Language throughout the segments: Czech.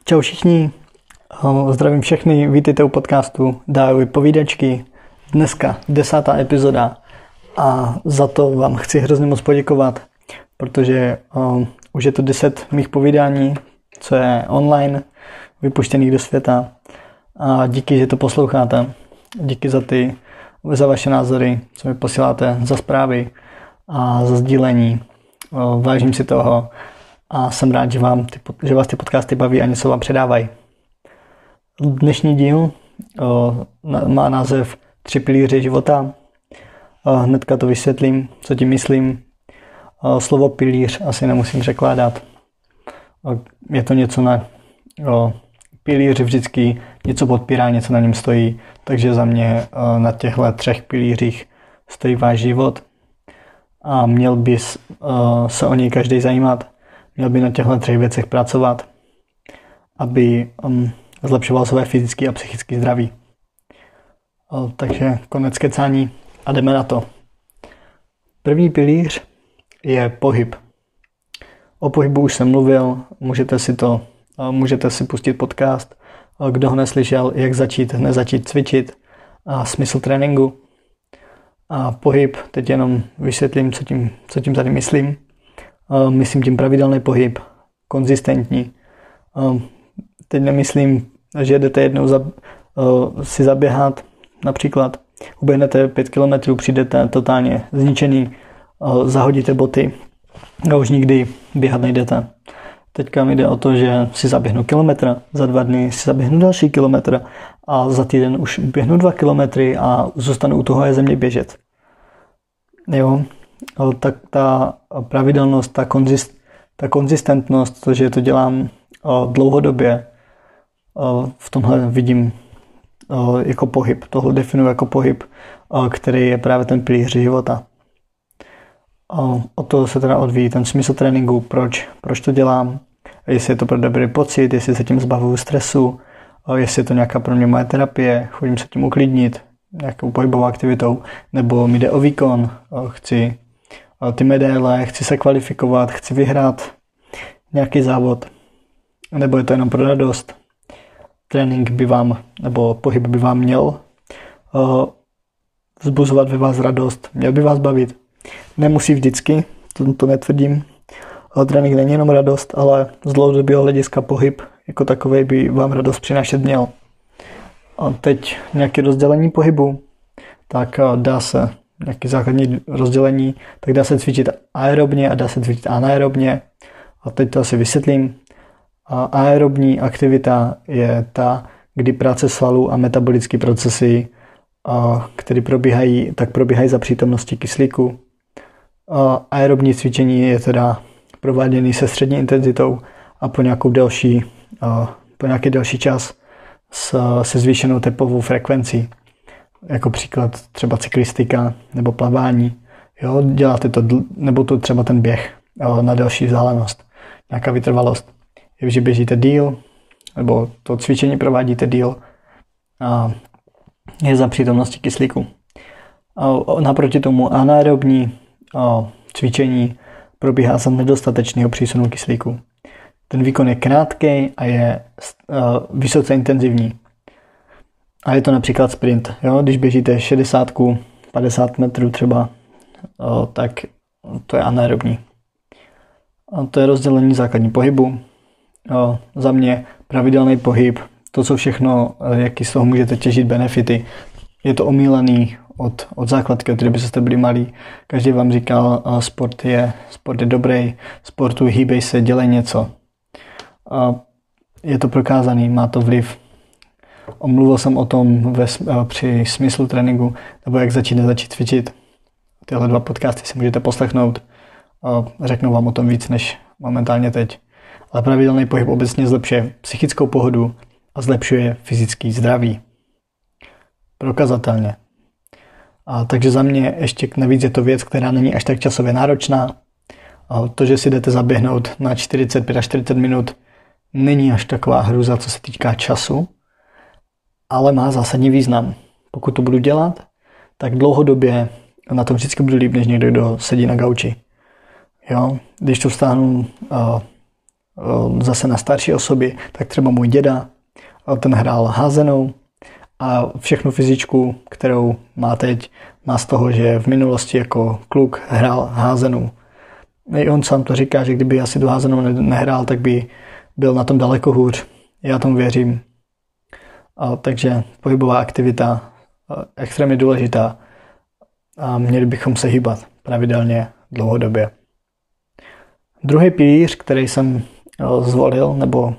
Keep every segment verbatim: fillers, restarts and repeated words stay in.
Čau všichni, zdravím všechny, vítejte u podcastu Dájovi povídačky. Dneska desátá epizoda a za to vám chci hrozně moc poděkovat, protože um, už je to deset mých povídání, co je online, vypuštěných do světa a díky, že to posloucháte. Díky za ty, za vaše názory, co mi posíláte, za zprávy a za sdílení. Uh, vážím si toho a jsem rád, že, vám ty, že vás ty podcasty baví a něco vám předávají. Dnešní díl o, má název Tři pilíře života. O, hnedka to vysvětlím, co tím myslím. O, slovo pilíř asi nemusím překládat. O, je to něco na o, pilíř vždycky něco podpírá, něco na něm stojí. Takže za mě o, na těchto třech pilířích stojí váš život. A měl bys o, se o něj každý zajímat. Měl by na těchto třech věcech pracovat, aby um, zlepšoval své fyzické a psychické zdraví. O, takže konec kecání a jdeme na to. První pilíř je pohyb. O pohybu už jsem mluvil, můžete si to, můžete si pustit podcast, kdo ho neslyšel, jak začít, nezačít cvičit a smysl tréninku. A pohyb, teď jenom vysvětlím, co tím, co tím tady myslím. Myslím tím pravidelný pohyb, konzistentní. Teď nemyslím, že jdete jednou za, si zaběhat, například uběhnete pět kilometrů, přijdete totálně zničený, zahodíte boty a už nikdy běhat nejdete. Teďka mi jde o to, že si zaběhnu kilometr, za dva dny si zaběhnu další kilometr a za týden už uběhnu dva kilometry a zůstanu u toho je země běžet. Jo. Tak ta pravidelnost, ta, konzist, ta konzistentnost, to, že to dělám dlouhodobě, v tomhle vidím jako pohyb. Tohle definuji jako pohyb, který je právě ten pilíř života. O to se teda odvíjí ten smysl tréninku, proč, proč to dělám, jestli je to pro dobrý pocit, jestli se tím zbavuju stresu, jestli je to nějaká pro mě moje terapie, chodím se tím uklidnit nějakou pohybovou aktivitou, nebo mi jde o výkon, chci ty medaile, chci se kvalifikovat, chci vyhrát nějaký závod, nebo je to jenom pro radost. Trénink by vám, nebo pohyb by vám měl uh, vzbuzovat ve vás radost, měl by vás bavit. Nemusí vždycky, to, to netvrdím. Uh, trénink není jenom radost, ale z dlouhodobého hlediska pohyb jako takovej by vám radost přinášet měl. A teď nějaké rozdělení pohybu, tak uh, dá se nějaké základní rozdělení, tak dá se cvičit aerobně a dá se cvičit anaerobně. A teď to asi vysvětlím. A aerobní aktivita je ta, kdy práce svalů a metabolické procesy, které probíhají, tak probíhají za přítomnosti kyslíku. A aerobní cvičení je teda prováděný se střední intenzitou a po nějakou delší, po nějaký delší čas s, se zvýšenou tepovou frekvencí. Jako příklad třeba cyklistika nebo plavání. Jo, děláte to, nebo to třeba ten běh jo, na delší vzdálenost. Nějaká vytrvalost. Je, že běžíte díl, nebo to cvičení provádíte díl a je za přítomnosti kyslíku. A naproti tomu anaerobní a cvičení probíhá za nedostatečného přísunu kyslíku. Ten výkon je krátký a je vysoce intenzivní. A je to například sprint. Jo? Když běžíte šedesát, padesát metrů třeba, o, tak to je anaerobní. A to je rozdělení základní pohybu. O, za mě pravidelný pohyb, to, co všechno, jaký z toho můžete těžit benefity. Je to omílaný od, od základky, od kdyby jste byli malí. Každý vám říkal, sport je, sport je dobrý, sportu hýbej se, dělej něco. A je to prokázaný, má to vliv. Mluvil jsem o tom ve, při smyslu tréninku, nebo jak začít nezačít cvičit. Tyhle dva podcasty si můžete poslechnout. Řeknu vám o tom víc než momentálně teď. Ale pravidelný pohyb obecně zlepšuje psychickou pohodu a zlepšuje fyzické zdraví. Prokazatelně. A takže za mě ještě navíc je to věc, která není až tak časově náročná. A to, že si jdete zaběhnout na čtyřicet pět až čtyřicet minut, není až taková hruza, co se týká času, ale má zásadní význam. Pokud to budu dělat, tak dlouhodobě na tom vždycky budu líp, než někdo, kdo sedí na gauči. Jo? Když to vstáhnu uh, zase na starší osoby, tak třeba můj děda, ten hrál házenou a všechnu fyzičku, kterou má teď, má z toho, že v minulosti jako kluk hrál házenou. I on sám to říká, že kdyby asi tu házenou nehrál, tak by byl na tom daleko hůř. Já tomu věřím. A takže pohybová aktivita extrémně důležitá a měli bychom se hýbat pravidelně dlouhodobě. Druhý pilíř, který jsem zvolil, nebo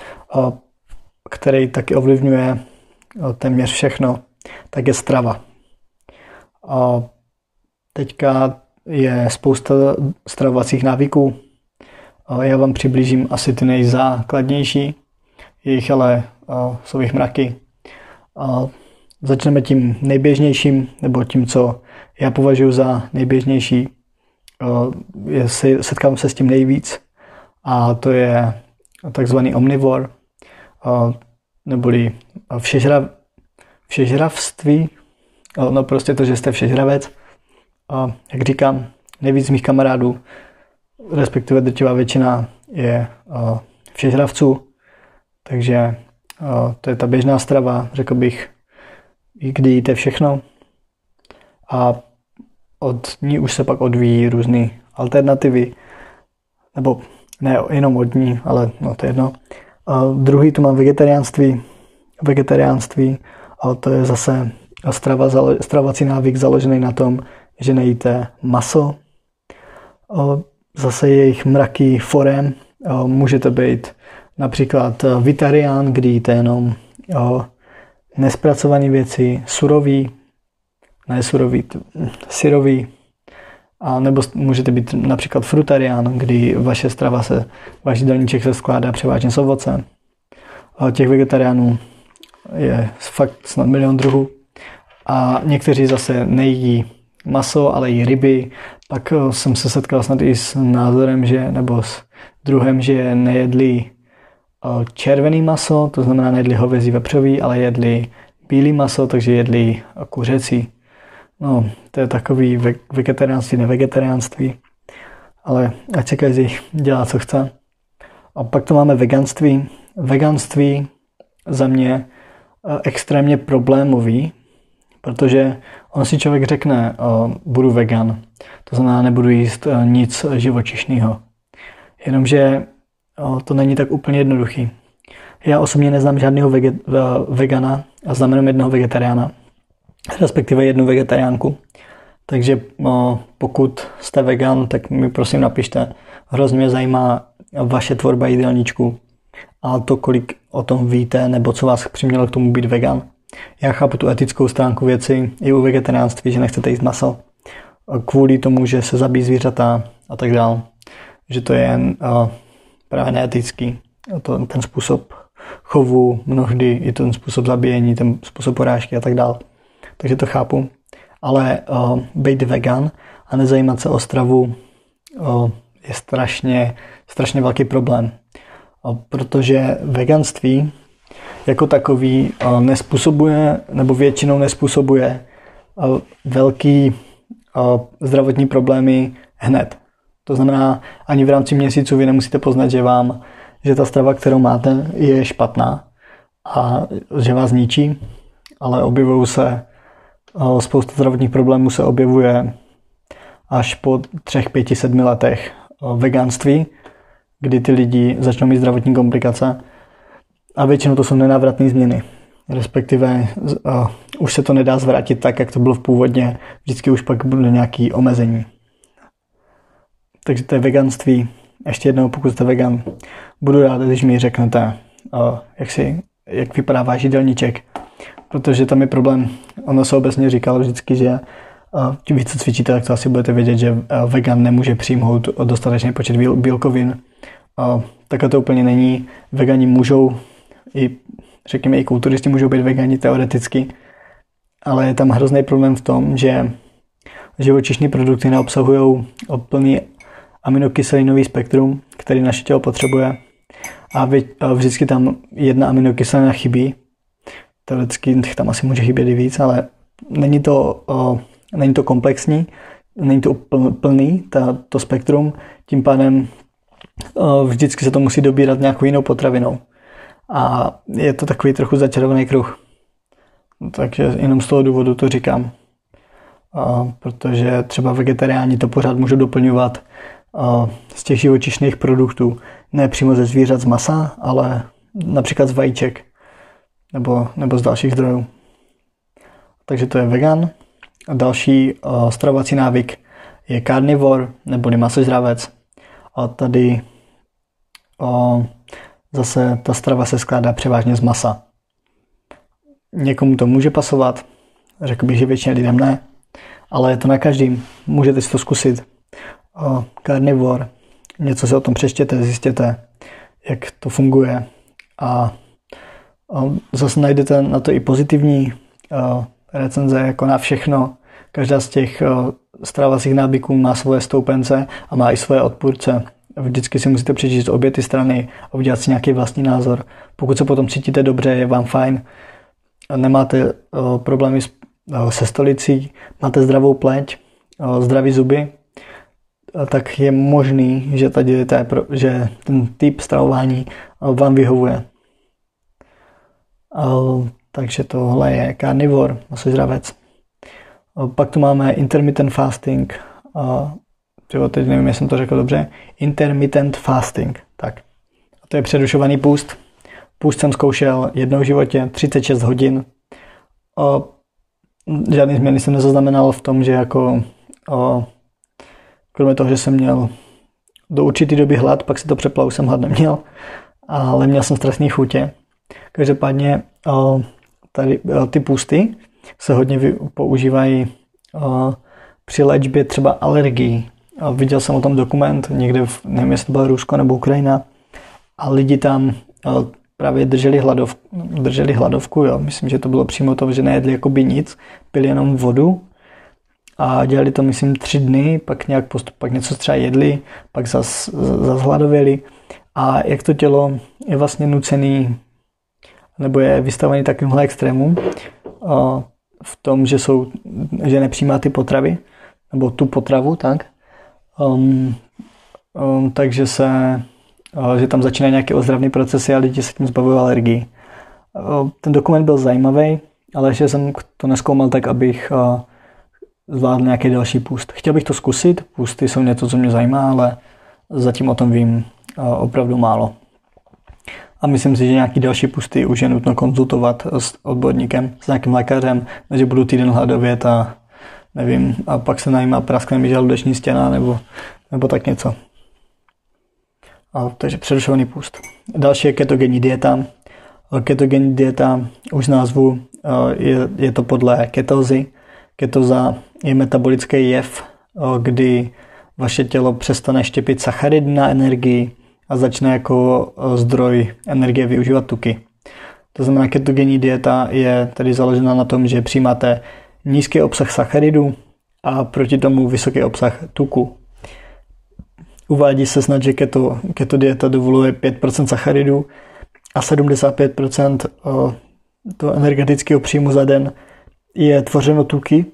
který taky ovlivňuje téměř všechno, tak je strava. A teďka je spousta stravovacích návyků. Já vám přiblížím asi ty nejzákladnější, jejich ale jsou jich mraky. A začneme tím nejběžnějším, nebo tím, co já považuji za nejběžnější. Je, setkám se s tím nejvíc a to je takzvaný omnivor, neboli všežrav, všežravství, no prostě to, že jste všežravec. A jak říkám, nejvíc mých kamarádů, respektive drtivá většina je všežravců, takže to je ta běžná strava, řekl bych, kdy jíte všechno a od ní už se pak odvíjí různé alternativy, nebo ne jenom od ní, ale no to je jedno. A druhý tu mám vegetariánství, vegetariánství, ale to je zase strava, stravovací návyk založený na tom, že nejíte maso. Zase je jich mraky forem. Může to být například vitarián, kdy jíte jenom nespracované věci, surový, ne surový, syrový. A nebo můžete být například frutarián, kdy vaše strava se, váš jídelníček se skládá převážně z ovoce. Těch vegetariánů je fakt snad milion druhů. A někteří zase nejí maso, ale i ryby. Pak jsem se setkal snad i s názorem, že, nebo s druhem, že nejedli červený maso, to znamená nejedli hovězí, vepřový, ale jedli bílý maso, takže jedli kuřecí. No, to je takový vegetariánství, nevegetariánství, ale ať se každý dělá, co chce. A pak to máme veganství. Veganství za mě extrémně problémový, protože on si člověk řekne, budu vegan, to znamená, nebudu jíst nic živočišného. Jenomže to není tak úplně jednoduchý. Já osobně neznám žádného vegana a znám jenom jednoho vegetariána, respektive jednu vegetariánku. Takže pokud jste vegan, tak mi prosím napište. Hrozně mě zajímá vaše tvorba jídelníčku a to, kolik o tom víte, nebo co vás přimělo k tomu být vegan. Já chápu tu etickou stránku věci i u vegetariánství, že nechcete jíst maso kvůli tomu, že se zabíjí zvířata a tak dále. Že to je uh, právě neetický. To, ten způsob chovu, mnohdy i ten způsob zabíjení, ten způsob porážky a tak dále. Takže to chápu. Ale uh, být vegan a nezajímat se o stravu uh, je strašně, strašně velký problém. Uh, protože veganství jako takový uh, nespůsobuje, nebo většinou nespůsobuje uh, velký uh, zdravotní problémy hned. To znamená, ani v rámci měsíců vy nemusíte poznat, že vám, že ta strava, kterou máte, je špatná a že vás ničí, ale objevují se, spousta zdravotních problémů se objevuje až po třech, pěti, sedmi letech veganství, kdy ty lidi začnou mít zdravotní komplikace a většinou to jsou nenávratné změny. Respektive uh, už se to nedá zvrátit tak, jak to bylo v původně, vždycky už pak bude nějaké omezení. Takže to je veganství. Ještě jednou, pokud jste vegan, budu rád, když mi řeknete, uh, jak, si, jak vypadá váš jídelníček. Protože tam je problém. Ono se obecně říkalo vždycky, že uh, tím víc cvičíte, tak to asi budete vědět, že uh, vegan nemůže přijmout dostatečný počet bíl, bílkovin. Uh, takhle to úplně není. Vegani můžou, i, řekněme i kulturisti můžou být vegani teoreticky, ale je tam hrozný problém v tom, že živočišní produkty neobsahují plný aminokyselinový spektrum, který naše tělo potřebuje. A vždycky tam jedna aminokyselina chybí. Teoreticky tam asi může chybět i víc, ale není to, o, není to komplexní, není to plný, ta, to spektrum. Tím pádem vždycky se to musí dobírat nějakou jinou potravinou. A je to takový trochu začarovaný kruh. Takže jenom z toho důvodu to říkám. Protože třeba vegetariáni to pořád můžou doplňovat z těch živočišných produktů. Ne přímo ze zvířat z masa, ale například z vajíček nebo, nebo z dalších zdrojů. Takže to je vegan. A další uh, stravovací návyk je carnivore, neboli masožravec. A tady uh, zase ta strava se skládá převážně z masa. Někomu to může pasovat, řekl bych, že většině lidem ne, ale je to na každým. Můžete si to zkusit. Uh, carnivore, něco si o tom přečtěte, zjistěte, jak to funguje. A uh, zase najdete na to i pozitivní uh, recenze jako na všechno. Každá z těch uh, stravovacích návyků má svoje stoupence a má i svoje odpůrce. Vždycky si musíte přečíst obě ty strany a udělat si nějaký vlastní názor. Pokud se potom cítíte dobře, je vám fajn, nemáte uh, problémy s, uh, se stolicí, máte zdravou pleť, uh, zdraví zuby, uh, tak je možný, že, ta dieta, že ten typ stravování uh, vám vyhovuje. Uh, takže tohle je carnivore, masožravec. Uh, pak tu máme intermittent fasting. Uh, Třeba teď nevím, jestli jsem to řekl dobře. Intermittent fasting. Tak. A to je přerušovaný půst. Půst jsem zkoušel jednou v životě, třicet šest hodin. O, žádný změny jsem nezaznamenal v tom, že jako o, kromě toho, že jsem měl do určitý doby hlad, pak si to přeplau, jsem hlad neměl, ale měl jsem strašný chutě. Každopádně o, tady o, ty půsty se hodně vy, používají o, při léčbě třeba alergií. Viděl jsem o tom dokument, někde, v, nevím, jestli to bylo Rusko nebo Ukrajina, a lidi tam právě drželi hladovku, drželi hladovku, jo. Myslím, že to bylo přímo to, že nejedli jakoby nic, pili jenom vodu a dělali to, myslím, tři dny, pak nějak postup, pak něco třeba jedli, pak zas, zas hladověli a jak to tělo je vlastně nucený, nebo je vystavený takovýmhle extrémům v tom, že, jsou, že nepřijímá ty potravy, nebo tu potravu, tak, Um, um, takže se, uh, že tam začínají nějaké ozdravné procesy a lidi se tím zbavují alergii. Uh, ten dokument byl zajímavý, ale ještě jsem to nezkoumal tak, abych uh, zvládl nějaký další půst. Chtěl bych to zkusit, půsty jsou něco, co mě zajímá, ale zatím o tom vím uh, opravdu málo. A myslím si, že nějaký další půsty už je nutno konzultovat s odborníkem, s nějakým lékařem, než budu týden hladovět a nevím, a pak se najím a praskne mi žaludeční stěna, nebo, nebo tak něco. A, takže přerušovaný půst. Další je ketogenní dieta. Ketogenní dieta, už z názvu, je, je to podle ketózy. Ketóza je metabolický jev, kdy vaše tělo přestane štěpit sacharidy na energii a začne jako zdroj energie využívat tuky. To znamená, ketogenní dieta je tedy založena na tom, že přijímáte nízký obsah sacharidů a proti tomu vysoký obsah tuku. Uvádí se snad, že keto, keto dieta dovoluje pět procent sacharidů a sedmdesát pět procent toho energetického příjmu za den je tvořeno tuky,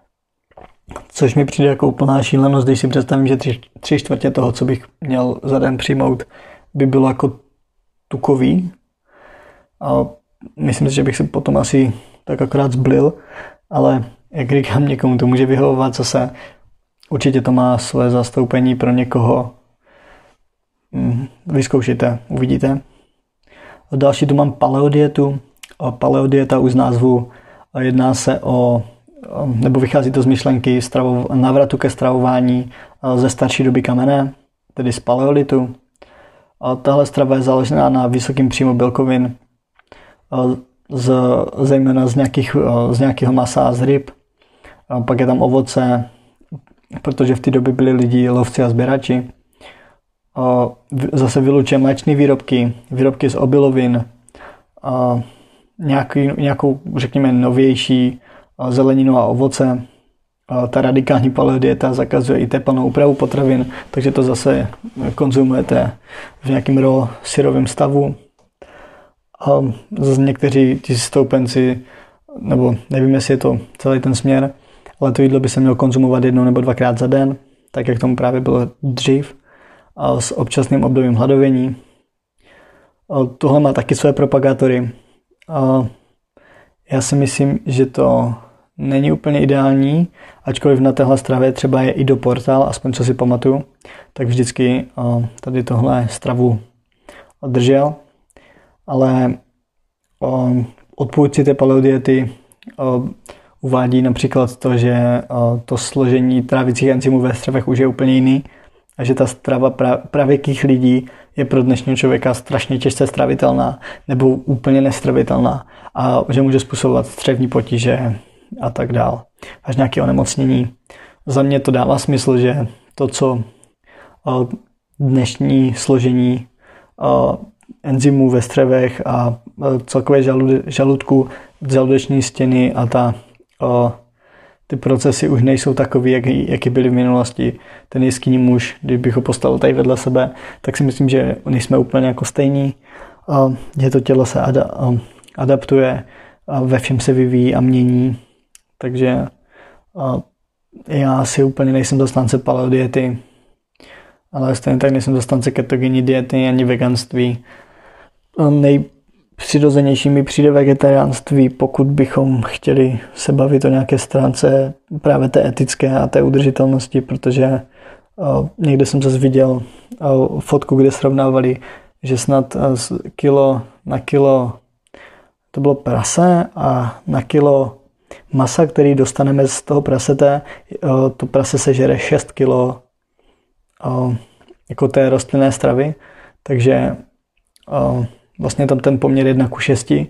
což mi přijde jako úplná šílenost, když si představím, že tři, tři čtvrtě toho, co bych měl za den přijmout, by bylo jako tukový. A myslím si, že bych si potom asi tak akorát zblil, ale jak říkám, někomu to může vyhovovat zase. Určitě to má svoje zastoupení pro někoho. Vyzkoušejte, uvidíte. Další tu mám paleodietu. Paleodieta už z názvu jedná se o, nebo vychází to z myšlenky stravo, návratu ke stravování ze starší doby kamenné, tedy z paleolitu. Tahle strava je založená na vysokém příjmu bílkovin, z, zejména z, nějakých, z nějakého masa a z ryb. A pak je tam ovoce, protože v té době byli lidi lovci a sběrači. A zase vylučuje mléčné výrobky, výrobky z obilovin, a nějaký, nějakou, řekněme, novější zeleninu a ovoce. A ta radikální paleodieta zakazuje i teplnou úpravu potravin, takže to zase konzumujete v nějakém raw syrovém stavu. A zase někteří ti stoupenci, nebo nevím, jestli je to celý ten směr, ale to jídlo by se mělo konzumovat jednou nebo dvakrát za den, tak jak tomu právě bylo dřív. s občasným obdobím hladovění. Tohle má taky své propagátory. Já si myslím, že to není úplně ideální, ačkoliv na téhle stravě třeba je i do portál, aspoň co si pamatuju, tak vždycky tady tohle stravu držel. Ale odpůrci té paleodiety uvádí například to, že to složení trávicích enzymů ve stravech už je úplně jiný a že ta strava pravěkých lidí je pro dnešního člověka strašně těžce stravitelná nebo úplně nestravitelná a že může způsobovat střevní potíže a tak dál. Až nějaké onemocnění. Za mě to dává smysl, že to, co dnešní složení enzymů ve střevech a celkové žaludku, žaludeční stěny a ta, o, ty procesy už nejsou takový, jak, jaký byly v minulosti. Ten jeskynní muž, kdybych ho postavil tady vedle sebe, tak si myslím, že nejsme úplně jako stejní. O, že to tělo se ada, o, adaptuje, a ve všem se vyvíjí a mění. Takže o, já si úplně nejsem zastánce paleodiety, ale stejně tak nejsem zastánce ketogenní diety ani veganství. Nejpřirozenější mi přijde vegetariánství, pokud bychom chtěli se bavit o nějaké stránce právě té etické a té udržitelnosti, protože uh, někde jsem zase viděl uh, fotku, kde srovnávali, že snad uh, kilo na kilo to bylo prase a na kilo masa, který dostaneme z toho prasete, uh, to prase sežere šest kilo uh, jako té rostlinné stravy, takže uh, vlastně tam ten poměr jedna ku šesti,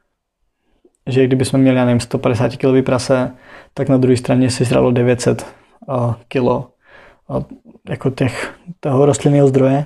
že kdybychom měli, já nevím, sto padesát kilový prase, tak na druhé straně si zralo devět set uh, kilo uh, jako těch, toho rostlinného zdroje.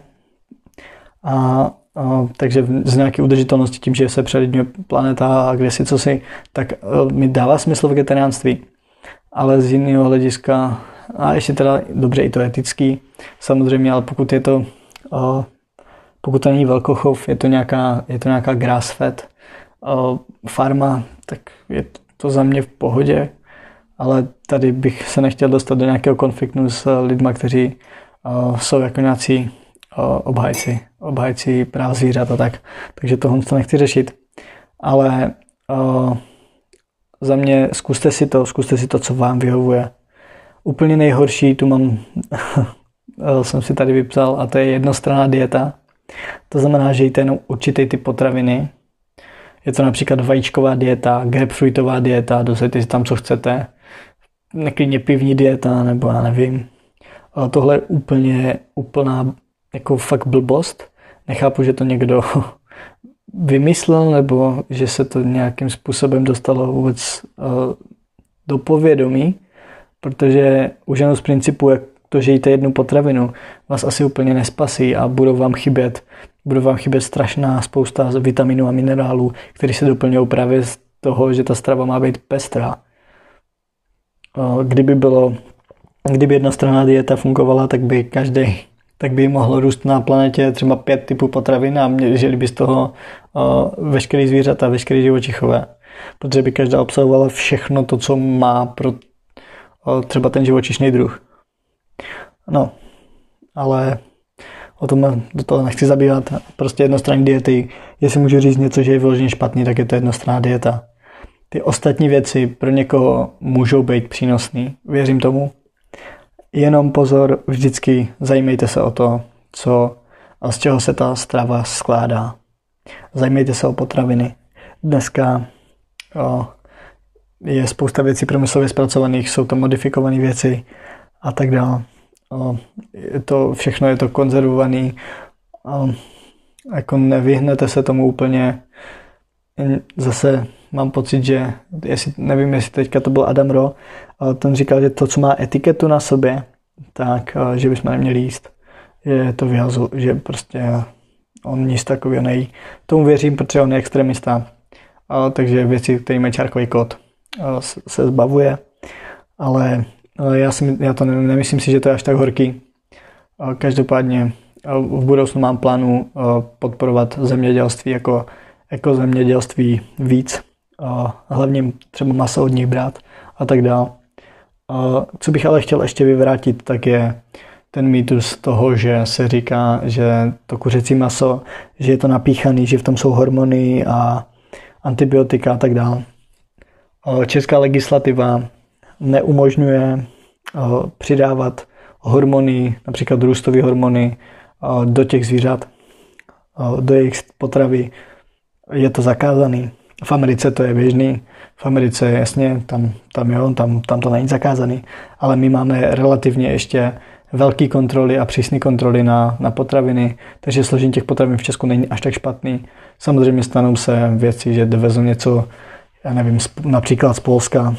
A uh, takže z nějaké udržitelnosti tím, že se přelidňuje planeta a kde si co si, tak uh, mi dává smysl vegetariánství. Ale z jiného hlediska, a ještě teda dobře i to etický, samozřejmě, ale pokud je to uh, pokud to není velkochov, je to nějaká, je to nějaká grass-fed uh, farma, tak je to za mě v pohodě, ale tady bych se nechtěl dostat do nějakého konfliktu s lidmi, kteří uh, jsou jako nějací uh, obhájci, obhájci práv zvířat a tak, takže tohle to nechci řešit. Ale uh, za mě zkuste si to, zkuste si to, co vám vyhovuje. Úplně nejhorší, tu mám, jsem si tady vypsal, a to je jednostranná dieta. To znamená, že jíte jenom určitý typ potraviny. Je to například vajíčková dieta, grapefruitová dieta, dosejte si tam, co chcete. Neklidně pivní dieta, nebo já nevím. Ale tohle je úplně, úplná jako fakt blbost. Nechápu, že to někdo vymyslel, nebo že se to nějakým způsobem dostalo vůbec uh, do povědomí, protože už jenom z principu, jak to, že jíte jednu potravinu, vás asi úplně nespasí a budou vám chybět, budou vám chybět strašná spousta vitaminů a minerálů, které se doplňují právě z toho, že ta strava má být pestrá. Kdyby bylo, kdyby jednostranná dieta fungovala, tak by každý, tak by mohlo růst na planetě třeba pět typů potravin a žili by z toho veškerý zvířata, veškerý živočichové. Protože by každá obsahovala všechno to, co má pro třeba ten živočišný druh. No, ale o tom do toho nechci zabývat. Prostě jednostranné diety, jestli můžu říct něco, že je vyloženě špatný, tak je to jednostranná dieta. Ty ostatní věci pro někoho můžou být přínosný, věřím tomu. Jenom pozor, vždycky zajímejte se o to, co a z čeho se ta strava skládá. Zajímejte se o potraviny. Dneska o, je spousta věcí průmyslově zpracovaných, jsou to modifikované věci a tak dále. O, je to, všechno je to konzervované. Jako nevyhnete se tomu úplně. Zase mám pocit, že jestli, nevím, jestli teďka to byl Adam Rowe, ale ten říkal, že to, co má etiketu na sobě, tak že bychom neměli jíst. Že to vyhazu, že prostě on nic takového nejí. Tomu věřím, protože on je extremista. A, takže věci, které mají čárkový kód, se zbavuje. Ale já, si, já to nemyslím si, že to je až tak horký. Každopádně v budoucnu mám plánu podporovat zemědělství jako ekozemědělství víc. Hlavně třeba maso od nich brát a tak dále. Co bych ale chtěl ještě vyvrátit, tak je ten mýtus toho, že se říká, že to kuřecí maso, že je to napíchaný, že v tom jsou hormony a antibiotika a tak dále. Česká legislativa neumožňuje přidávat hormony, například růstové hormony, do těch zvířat, do jejich potravy. Je to zakázaný. V Americe to je běžný. V Americe jasně, tam, tam jo, tam, tam to není zakázaný. Ale my máme relativně ještě velké kontroly a přísné kontroly na, na potraviny, takže složení těch potravin v Česku není až tak špatný. Samozřejmě stanou se věci, že dovezou něco, já nevím, například z Polska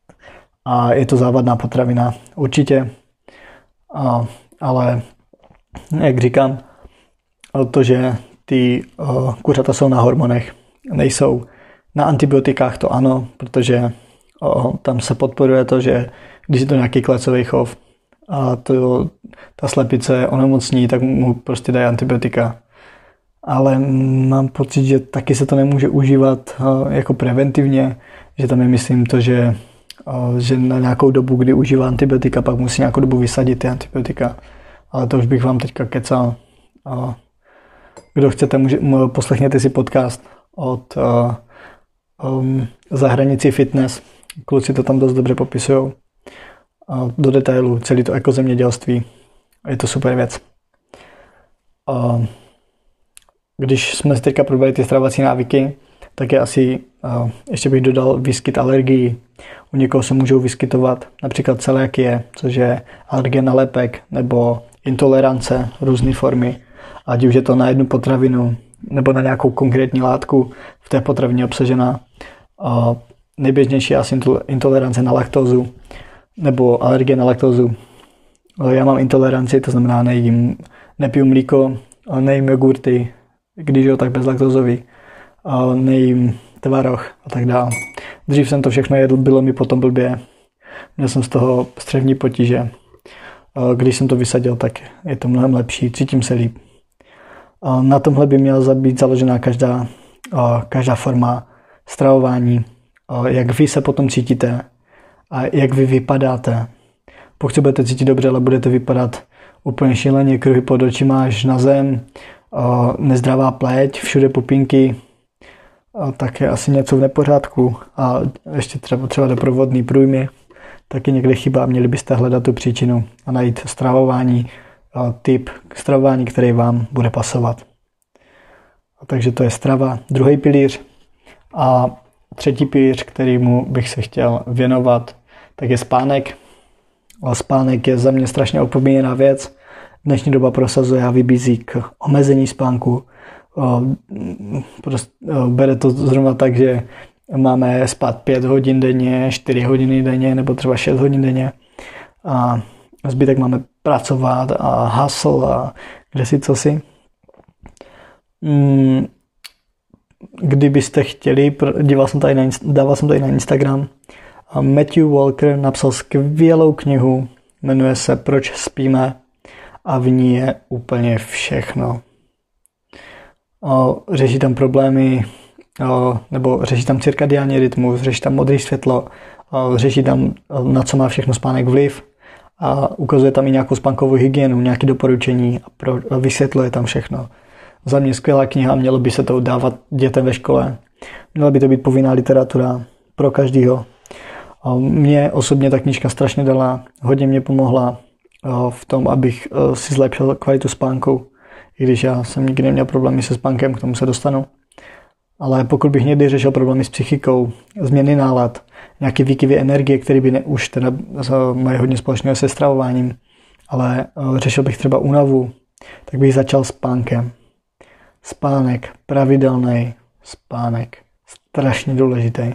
a je to závadná potravina, určitě. A, ale jak říkám, to, že ty uh, kuřata jsou na hormonech, nejsou na antibiotikách, to ano, protože uh, tam se podporuje to, že když je to nějaký klecový chov a to, ta slepice onemocní, tak mu prostě dají antibiotika. Ale mám pocit, že taky se to nemůže užívat uh, jako preventivně, že tam je, myslím, to, že, uh, že na nějakou dobu, kdy užívá antibiotika, pak musí nějakou dobu vysadit ty antibiotika. Ale to už bych vám teďka kecal. Uh, Kdo chcete, může, poslechněte si podcast od uh, um, Za hranicí fitness. Kluci to tam dost dobře popisují. Uh, do detailu celý to ekozemědělství. Je to super věc. Uh, když jsme si teďka probrali ty stravovací návyky, tak je asi, uh, ještě bych dodal výskyt alergií. U někoho se můžou vyskytovat například celiakie, což je alergie na lepek, nebo intolerance různé formy. Ať už je to na jednu potravinu nebo na nějakou konkrétní látku v té potravině obsažená. Uh, nejběžnější je asi intolerance na laktózu nebo alergie na laktózu. Uh, já mám intoleranci, to znamená nejím, nepiju mlíko, nejím jogurty, když jo, tak bezlaktózový, uh, nejím tvaroh a tak dále. Dřív jsem to všechno jedl, bylo mi potom blbě. Měl jsem z toho střevní potíže. Uh, když jsem to vysadil, tak je to mnohem lepší, cítím se líp. Na tomhle by měla být založená každá, každá forma stravování, jak vy se potom cítíte a jak vy vypadáte. Pokud se budete cítit dobře, ale budete vypadat úplně šíleně, kruhy pod očima až na zem, nezdravá pleť, všude pupínky, tak je asi něco v nepořádku. A ještě třeba, třeba doprovodný průjmy, taky někde chybá, měli byste hledat tu příčinu a najít stravování, typ stravování, který vám bude pasovat. A takže to je strava, druhý pilíř. A třetí pilíř, kterýmu bych se chtěl věnovat, tak je spánek. A spánek je za mě strašně opomíjená věc. Dnešní doba prosazuje a vybízí k omezení spánku. Prostě bere to zrovna tak, že máme spát pět hodin denně, čtyři hodiny denně nebo třeba šest hodin denně. A zbytek máme pracovat a hustle a kde si co si. Kdybyste chtěli, díval jsem to i na, dával jsem to i na Instagram, a Matthew Walker napsal skvělou knihu, jmenuje se Proč spíme a v ní je úplně všechno. Řeší tam problémy, nebo řeší tam cirkadiální rytmus, řeší tam modré světlo, řeší tam, na co má všechno spánek vliv, a ukazuje tam i nějakou spánkovou hygienu, nějaké doporučení a pro, vysvětluje tam všechno. Za mě skvělá kniha, mělo by se to dávat dětem ve škole. Měla by to být povinná literatura pro každýho. Mně osobně ta knížka strašně dala, hodně mě pomohla v tom, abych si zlepšil kvalitu spánku, i když já jsem nikdy neměl problémy se spánkem, k tomu se dostanu. Ale pokud bych někdy řešil problémy s psychikou, změny nálad, nějaké výkyvy energie, které by ne, už teda mají hodně společného se stravováním, ale řešil bych třeba únavu, tak bych začal spánkem. Spánek, pravidelný spánek, strašně důležitý.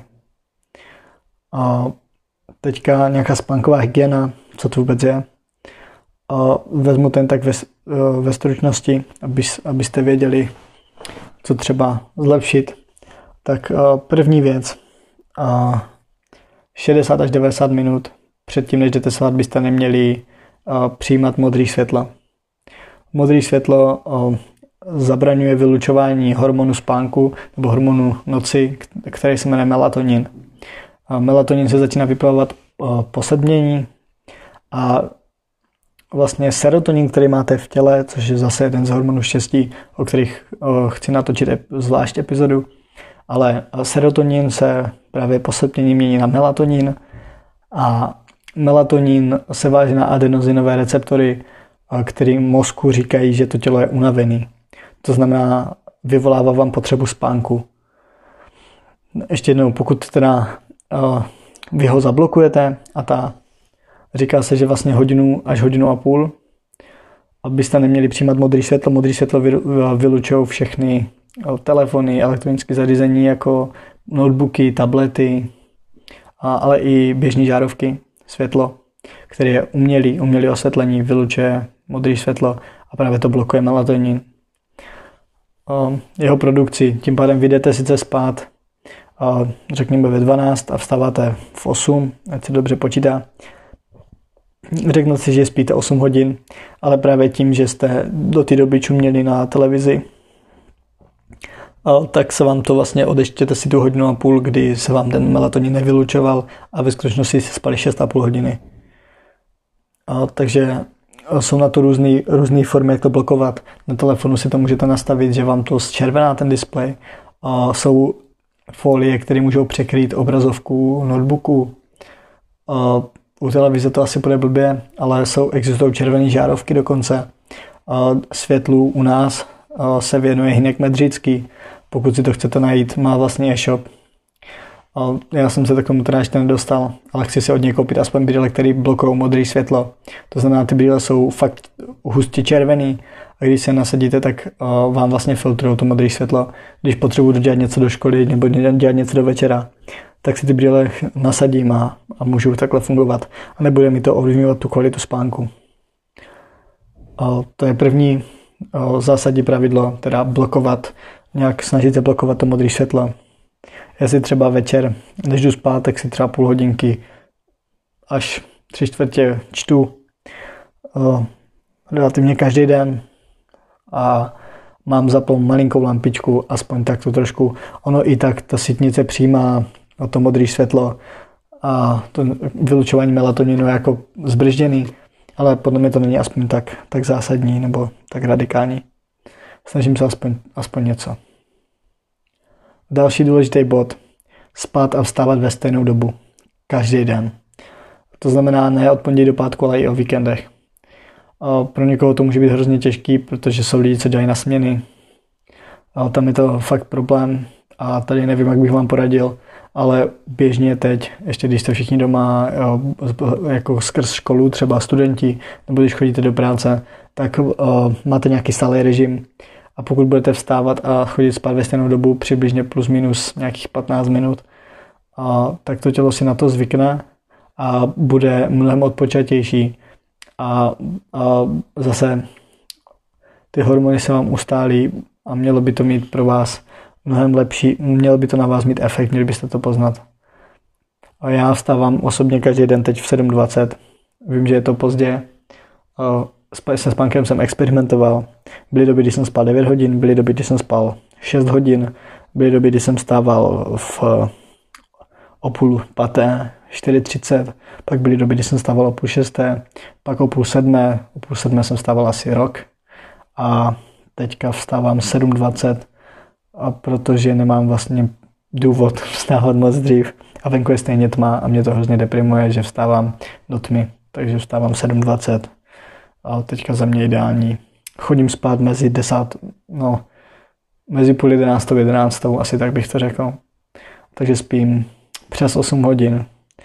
A teďka nějaká spánková hygiena, co to vůbec je. A vezmu ten tak ve, ve stručnosti, aby, abyste věděli, co třeba zlepšit. Tak první věc, šedesát až devadesát minut předtím, než jdete spát, byste neměli přijímat modré světlo. Modré světlo zabraňuje vylučování hormonu spánku nebo hormonu noci, který se jmenuje melatonin. Melatonin se začíná vyplavovat po sedmění a vlastně serotonin, který máte v těle, což je zase jeden z hormonů štěstí, o kterých o, chci natočit ep, zvlášť epizodu, ale serotonin se právě po slepnění mění na melatonin a melatonin se váže na adenozinové receptory, který mozku říkají, že to tělo je unavený. To znamená, vyvolává vám potřebu spánku. Ještě jednou, pokud teda uh, vy ho zablokujete a ta říká se, že vlastně hodinu až hodinu a půl, abyste neměli přijímat modré světlo. Modré světlo vylučují všechny telefony, elektronické zařízení jako notebooky, tablety, a, ale i běžné žárovky, světlo, které je umělý, umělý osvětlení, vylučuje modré světlo a právě to blokuje melatonin. Jeho produkci, tím pádem vy jdete sice spát, řekněme ve dvanáct a vstáváte v osm, ať se dobře počítá. Řeknete si, že spíte osm hodin, ale právě tím, že jste do té doby čuměli na televizi, tak se vám to vlastně odeštěte si tu hodinu a půl, kdy se vám ten melatonin nevylučoval a ve skutečnosti si spali šest a půl hodiny. A takže jsou na to různé různé formy, jak to blokovat. Na telefonu si to můžete nastavit, že vám to zčervená ten displej. A jsou folie, které můžou překrýt obrazovku notebooku. A u televize to asi bude blbě, ale jsou, existují červené žárovky dokonce. A světlu u nás se věnuje Hynek Medřický. Pokud si to chcete najít, má vlastně e-shop. A já jsem se k tomu teda ještě nedostal, ale chci si od něj koupit aspoň brýle, které blokují modré světlo. To znamená, ty brýle jsou fakt hustě červený a když se nasadíte, tak uh, vám vlastně filtrují to modré světlo. Když potřebuji dělat něco do školy nebo dělat něco do večera, tak si ty brýle nasadím a, a můžu takhle fungovat. A nebude mi to ovlivňovat tu kvalitu spánku. Uh, to je první uh, zásadní pravidlo, teda blokovat, nějak snažit se blokovat to modré světlo. Já si třeba večer, než jdu spát, tak si třeba půl hodinky až tři čtvrtě čtu uh, relativně každý den a mám zaplou malinkou lampičku, aspoň tak to trošku. Ono i tak ta sítnice přijímá to modré světlo a to vylučování melatoninu je jako zbržděný, ale podle mě to není aspoň tak, tak zásadní nebo tak radikální. Snažím se aspoň, aspoň něco. Další důležitý bod. Spát a vstávat ve stejnou dobu. Každý den. To znamená ne od pondělí do pátku, ale i o víkendech. A pro někoho to může být hrozně těžký, protože jsou lidi, co dělají na směny. A tam je to fakt problém. A tady nevím, jak bych vám poradil, ale běžně teď, ještě když jste všichni doma, jo, jako skrz školu, třeba studenti, nebo když chodíte do práce, tak uh, máte nějaký stálý režim. A pokud budete vstávat a chodit spát ve stejnou dobu, přibližně plus minus nějakých patnáct minut, a, tak to tělo si na to zvykne a bude mnohem odpočatější. A, a zase ty hormony se vám ustálí a mělo by to mít pro vás mnohem lepší, mělo by to na vás mít efekt, měli byste to poznat. A já vstávám osobně každý den teď v sedm dvacet. Vím, že je to pozdě. Se spánkem jsem experimentoval. Byly doby, kdy jsem spal devět hodin, byly doby, kdy jsem spal šest hodin, byly doby, kdy jsem stával v o půl páté, čtyři třicet, pak byly doby, kdy jsem stával o půl šesté, pak o půl sedmé, o půl sedmé jsem stával asi rok a teďka vstávám sedm dvacet, a protože nemám vlastně důvod vstávat moc dřív a venku je stejně tma a mě to hrozně deprimuje, že vstávám do tmy, takže vstávám sedm dvacet. A teďka za mě ideální. Chodím spát mezi desát, no, mezi půl jedenáctou a jedenáctou, asi tak bych to řekl. Takže spím přes osm hodin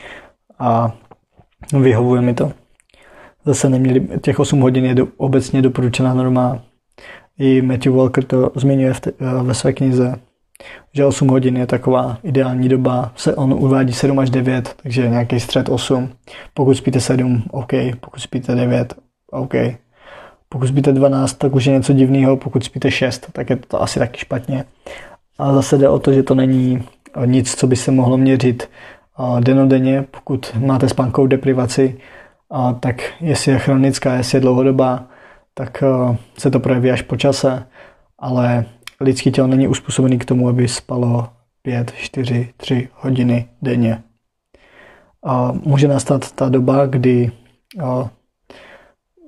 a vyhovuje mi to. Zase neměli, těch osm hodin je do, obecně doporučená norma. I Matthew Walker to zmiňuje v te, ve své knize, že osm hodin je taková ideální doba. Se on uvádí sedm až devět, takže nějaký střed osm. Pokud spíte sedm, OK. Pokud spíte devět, OK. Pokud spíte dvanáct, tak už je něco divného. Pokud spíte šest, tak je to asi taky špatně. A zase jde o to, že to není nic, co by se mohlo měřit denodenně. Pokud máte spánkovou deprivaci, tak jestli je chronická, jestli je dlouhodobá, tak se to projeví až po čase. Ale lidské tělo není uspůsobené k tomu, aby spalo pět, čtyři, tři hodiny denně. A může nastat ta doba, kdy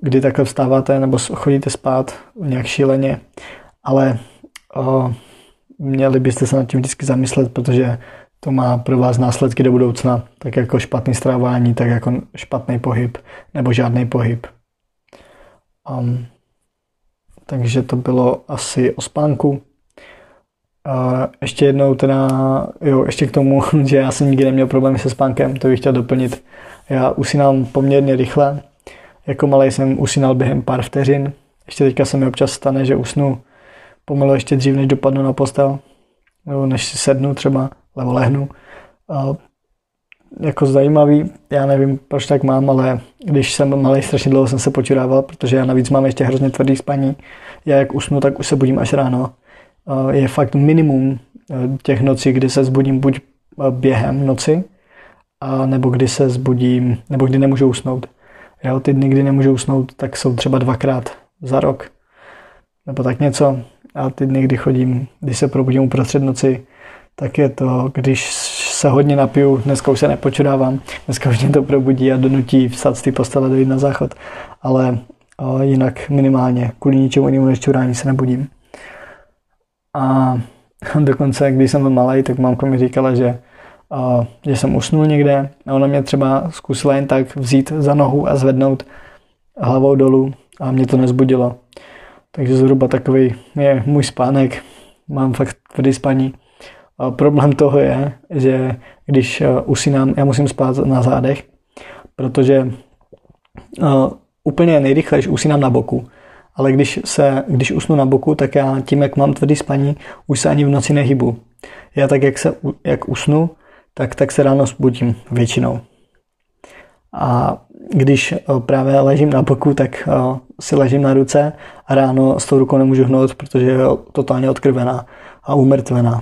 kdy takhle vstáváte nebo chodíte spát nějak šíleně, ale o, měli byste se nad tím vždycky zamyslet, protože to má pro vás následky do budoucna, tak jako špatný stravování, tak jako špatný pohyb nebo žádný pohyb. Um, takže to bylo asi o spánku. Uh, ještě jednou teda, jo, ještě k tomu, že já jsem nikdy neměl problémy se spánkem, to bych chtěl doplnit. Já usínám poměrně rychle, jako malej jsem usínal během pár vteřin, ještě teďka se mi občas stane, že usnu pomalu ještě dřív, než dopadnu na postel, nebo než si sednu třeba, nebo lehnu. Uh, jako zajímavý, já nevím, proč tak mám, ale když jsem malej, strašně dlouho jsem se počurával, protože já navíc mám ještě hrozně tvrdý spaní. Já jak usnu, tak už se budím až ráno. Je fakt minimum těch nocí, kdy se zbudím buď během noci, a nebo kdy se zbudím, nebo kdy nemůžu usnout. Jo, ty dny, kdy nemůžu usnout, tak jsou třeba dvakrát za rok, nebo tak něco. A ty dny, kdy chodím, když se probudím uprostřed noci, tak je to, když se hodně napiju, dneska už se nepočurávám, dneska už mě to probudí a donutí vstát z té postele, dojít na záchod, ale o, jinak minimálně kvůli ničemu jinému než čurání se nebudím. A dokonce, když jsem byl malej, tak mámka mi říkala, že, o, že jsem usnul někde a ona mě třeba zkusila jen tak vzít za nohu a zvednout hlavou dolů a mě to nezbudilo. Takže zhruba takový je můj spánek, mám fakt tvrdý spaní. A problém toho je, že když usínám, já musím spát na zádech, protože uh, úplně nejrychleji usínám na boku. Ale když, se, když usnu na boku, tak já tím, jak mám tvrdý spaní, už se ani v noci nehybu. Já tak, jak, se, jak usnu, tak, tak se ráno zbudím většinou. A když uh, právě ležím na boku, tak uh, si ležím na ruce a ráno s tou rukou nemůžu hnout, protože je totálně odkrvená a umrtvená.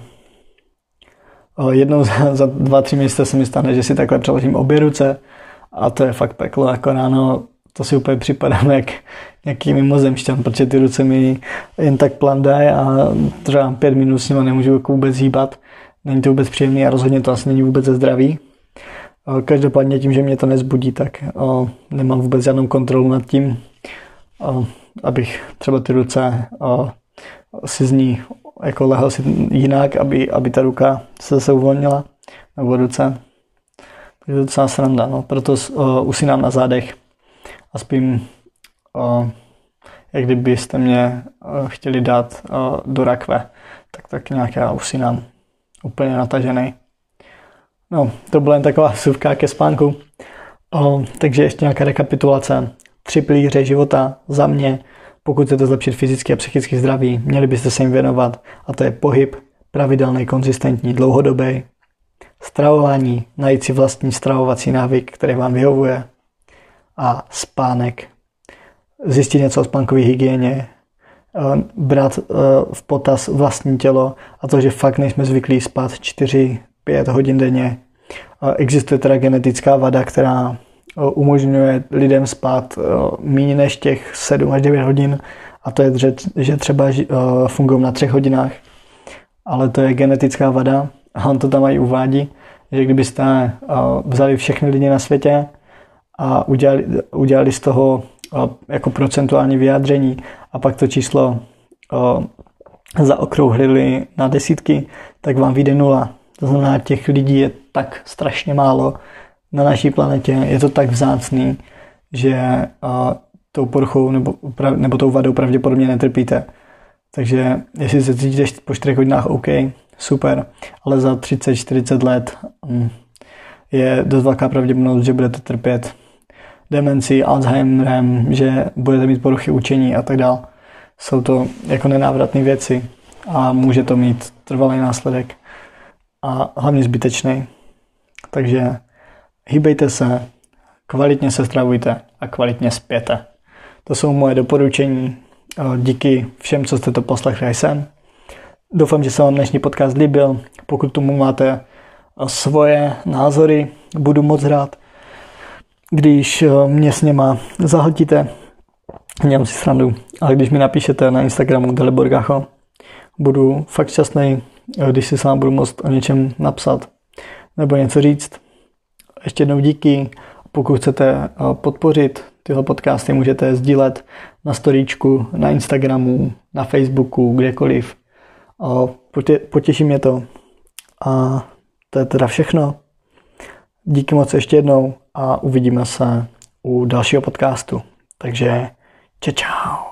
Jednou za, za dva, tři měsíce se mi stane, že si takhle přeložím obě ruce a to je fakt peklo. Jako ráno to si úplně připadám jak nějaký mimozemšťan, protože ty ruce mi jen tak plandají a třeba pět minut s nima nemůžu jako vůbec hýbat. Není to vůbec příjemný a rozhodně to asi není vůbec zdravý. Každopádně tím, že mě to nezbudí, tak o, nemám vůbec žádnou kontrolu nad tím, o, abych třeba ty ruce o, si z ní jako lehl si jinak, aby, aby ta ruka se zase uvolnila, nebo ruce. Takže to docela sranda, no. Proto uh, usínám na zádech a spím, uh, jak kdybyste mě uh, chtěli dát uh, do rakve, tak tak nějak já usínám úplně natažený. No, to byla jen taková vsuvka ke spánku. Uh, takže ještě nějaká rekapitulace. Tři pilíře života za mě. Pokud chcete zlepšit fyzické a psychické zdraví, měli byste se jim věnovat, a to je pohyb, pravidelný, konzistentní, dlouhodobý, stravování, najít si vlastní stravovací návyk, který vám vyhovuje, a spánek. Zjistit něco o spánkové hygieně, brát v potaz vlastní tělo a to, že fakt nejsme zvyklí spát čtyři pět hodin denně. Existuje teda genetická vada, která umožňuje lidem spát méně než těch sedm až devět hodin a to je, že třeba fungují na třech hodinách, ale to je genetická vada a on to tam i uvádí, že kdybyste vzali všechny lidi na světě a udělali, udělali z toho jako procentuální vyjádření a pak to číslo zaokrouhlili na desítky, tak vám vyjde nula. To znamená, těch lidí je tak strašně málo na naší planetě, je to tak vzácný, že uh, tou poruchou nebo, nebo tou vadou pravděpodobně netrpíte. Takže jestli se cítíte po čtyřech hodinách, OK, super, ale za třicet čtyřicet let um, je dost velká pravděpodobnost, že budete trpět demenci, Alzheimerem, že budete mít poruchy učení a tak dále. Jsou to jako nenávratné věci a může to mít trvalý následek a hlavně zbytečný. Takže hýbejte se, kvalitně se stravujte a kvalitně spěte. To jsou moje doporučení. Díky všem, co jste to poslechli sem. Doufám, že se vám dnešní podcast líbil. Pokud tomu máte svoje názory, budu moc rád, když mě s něma zahltíte. Dělám si srandu. Ale když mi napíšete na Instagramu Dalibor Gacho, budu fakt šťastný, když si sám budu moct o něčem napsat nebo něco říct. Ještě jednou díky. pokud chcete podpořit tyhle podcasty, můžete sdílet na storíčku, na Instagramu, na Facebooku, kdekoliv. Potěší mě to. A to je teda všechno. Díky moc ještě jednou a uvidíme se u dalšího podcastu. Takže čau, čau.